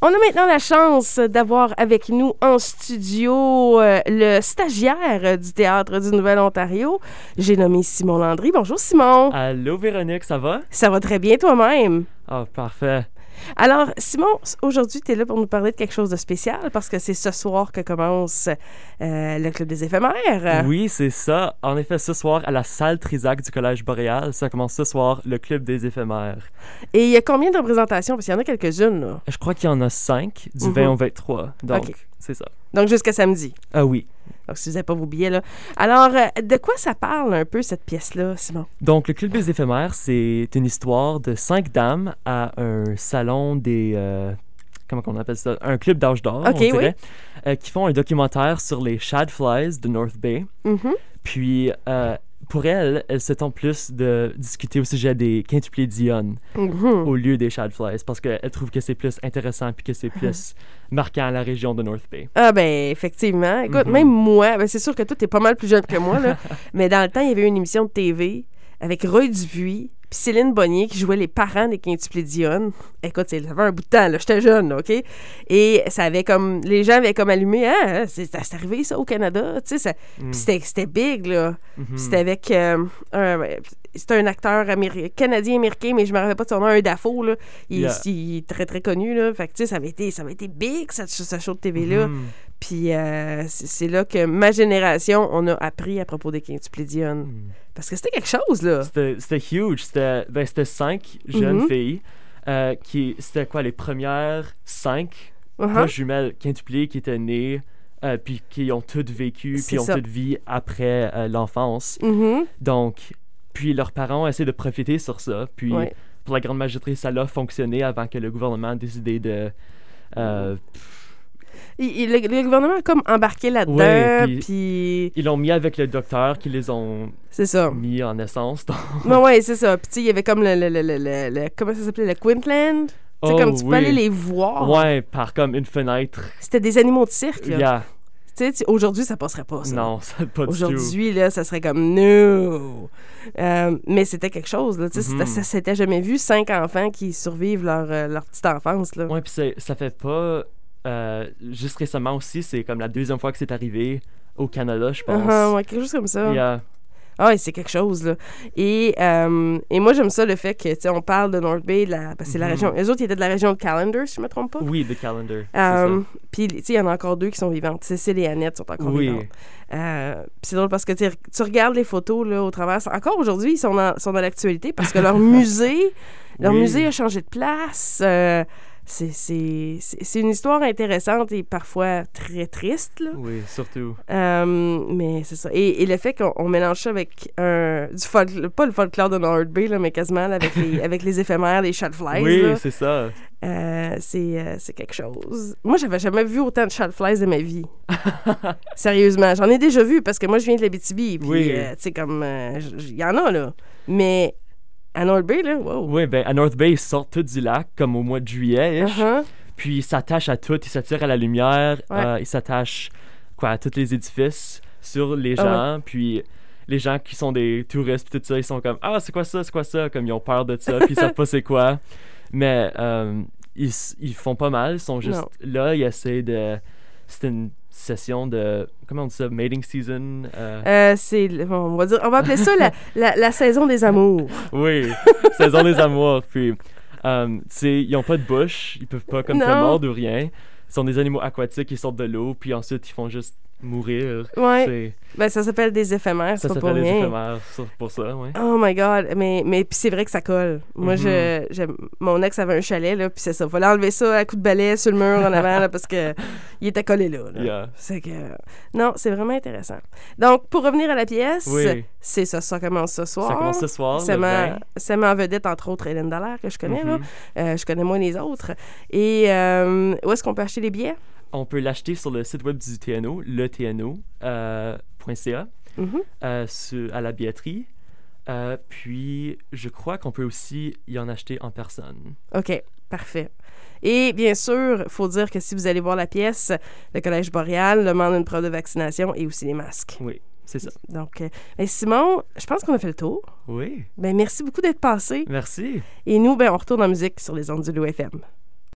On a maintenant la chance d'avoir avec nous en studio le stagiaire du Théâtre du Nouvel-Ontario. J'ai nommé Simon Landry. Bonjour Simon. Allô Véronique, ça va? Ça va très bien toi-même? Ah, parfait. Alors, Simon, aujourd'hui, tu es là pour nous parler de quelque chose de spécial parce que c'est ce soir que commence le Club des éphémères. Oui, c'est ça. En effet, ce soir, à la salle Trisac du Collège Boréal, ça commence ce soir, le Club des éphémères. Et il y a combien de représentations? Parce qu'il y en a quelques-unes, là. Je crois qu'il y en a 5, du 20 au 23. Donc, OK. c'est ça. Donc, jusqu'à samedi. Ah oui. Donc, si vous n'avez pas vos billets, là. Alors, de quoi ça parle un peu, cette pièce-là, Simon? Donc, le Club des éphémères, c'est une histoire de 5 dames à un salon des... comment on appelle ça? Un club d'âge d'or, OK, on dirait, qui font un documentaire sur les Shadflies de North Bay. Mm-hmm. Puis, pour elles se tente plus de discuter au sujet des quintuplés d'Ion Mm-hmm. au lieu des Shadflies, parce qu'elles trouvent que c'est plus intéressant puis que c'est plus marquant à la région de North Bay. Ah ben effectivement. Écoute, Mhm. même moi, ben c'est sûr que toi, t'es pas mal plus jeune que moi, là, mais dans le temps, il y avait une émission de TV avec Roy Dupuis puis Céline Bonnier qui jouait les parents des quintuplés d'Ion. Écoute, ça fait un bout de temps, là, j'étais jeune, là, OK? Et ça avait comme... Les gens avaient comme allumé, ah, c'est arrivé ça au Canada, tu sais, ça... Puis c'était big, là. Mhm. Puis c'était avec c'était un acteur canadien-américain, mais je me rappelle pas de son nom, un Dafoe, là. Il est très, très connu, là. Fait que, tu sais, ça avait été big, ce show de TV-là. Mhm. Puis c'est là que ma génération, on a appris à propos des quintuplés d'Ion. Parce que c'était quelque chose, là. C'était huge. C'était 5 jeunes Mhm. filles c'était quoi, les premières 5 Uh-huh. jumelles quintuplées qui étaient nées puis qui ont toutes vécu C'est puis ont ça. toutes vie après l'enfance. Mhm. Donc, puis leurs parents essaient de profiter sur ça. Puis, Ouais. pour la grande majorité, ça a fonctionné avant que le gouvernement a décidé de... Le gouvernement a comme embarqué là-dedans, Ouais, puis ils l'ont mis avec le docteur qui les ont c'est ça. mis en naissance. Donc... Non, ouais, c'est ça. Puis tu sais, il y avait comme comment ça s'appelait, le Quintland. Tu sais, comme tu peux aller les voir. Ouais, par comme une fenêtre. C'était des animaux de cirque, là. Yeah. Tu sais, aujourd'hui, ça passerait pas, ça. Non, ça pas du tout. Aujourd'hui, là, ça serait comme no. Mais c'était quelque chose, là. Tu sais, Mhm. ça s'était jamais vu, 5 enfants qui survivent leur petite enfance, là. Ouais, puis ça fait pas... juste récemment aussi, c'est comme la deuxième fois que c'est arrivé au Canada, je pense. Uh-huh, ouais, quelque chose comme ça. Yeah. Ah oui, c'est quelque chose, là. Et moi, j'aime ça, le fait que, tu sais, on parle de North Bay, parce que c'est la région... Eux autres, ils étaient de la région de Callander, si je me trompe pas. Oui, The Calendar. c'est ça. Puis, tu sais, il y en a encore 2 qui sont vivantes. Cécile et Annette sont encore Oui. vivantes. Puis c'est drôle parce que tu regardes les photos, là, au travers... Encore aujourd'hui, ils sont dans l'actualité parce que leur musée... Leur Oui. musée a changé de place. C'est une histoire intéressante et parfois très triste, là. Oui, surtout. Mais c'est ça. Et le fait qu'on mélange ça avec du folklore, pas le folklore de North Bay, là, mais quasiment là, avec les éphémères, les Shadflies. Oui, là, c'est ça. c'est quelque chose. Moi, j'avais jamais vu autant de Shadflies de ma vie. Sérieusement. J'en ai déjà vu parce que moi, je viens de l'Abitibi. Puis, Oui. tu sais, comme... Il y en a, là. Mais à North Bay, là, wow. Oui, ben à North Bay, ils sortent tous du lac, comme au mois de juillet-ish. Uh-huh. Puis ils s'attachent à tout, ils s'attirent à la lumière, Ouais. ils s'attachent à tous les édifices, sur les gens, puis les gens qui sont des touristes, puis tout ça, ils sont comme « Ah, c'est quoi ça? » Comme ils ont peur de ça, puis ils savent pas c'est quoi. Mais ils font pas mal, ils sont juste là, ils essaient de... C'est une session de... Comment on dit ça? Mating season? On va appeler ça la saison des amours. Oui, saison des amours. Puis, tu sais, ils ont pas de bouche, ils peuvent pas comme te Non. mordre ou rien. Ils sont des animaux aquatiques, ils sortent de l'eau, puis ensuite ils font juste mourir. Ouais. Ben, ça s'appelle des éphémères, c'est Ça pas pour s'appelle des rien. éphémères pour ça, ouais. Oh my God! Mais puis c'est vrai que ça colle. Moi, Mhm. mon ex avait un chalet, là, puis c'est ça. Fallait enlever ça à coup de balai sur le mur en avant, là, parce que il était collé là. Yeah. C'est que... Non, c'est vraiment intéressant. Donc, pour revenir à la pièce, Oui. c'est ça. Ça commence ce soir. Ça commence ce soir, Ça le 20. met en vedette, entre autres, Hélène Dallaire, que je connais, Mhm. là. Je connais moins les autres. Et où est-ce qu'on peut acheter les billets? On peut l'acheter sur le site web du TNO, letno.ca, Mhm. à la billetterie. Puis, je crois qu'on peut aussi y en acheter en personne. OK, parfait. Et bien sûr, il faut dire que si vous allez voir la pièce, le Collège Boréal demande une preuve de vaccination et aussi les masques. Oui, c'est ça. Donc, Simon, je pense qu'on a fait le tour. Oui, Ben, merci beaucoup d'être passé. merci. Et nous, ben, on retourne en musique sur les ondes du Loup FM.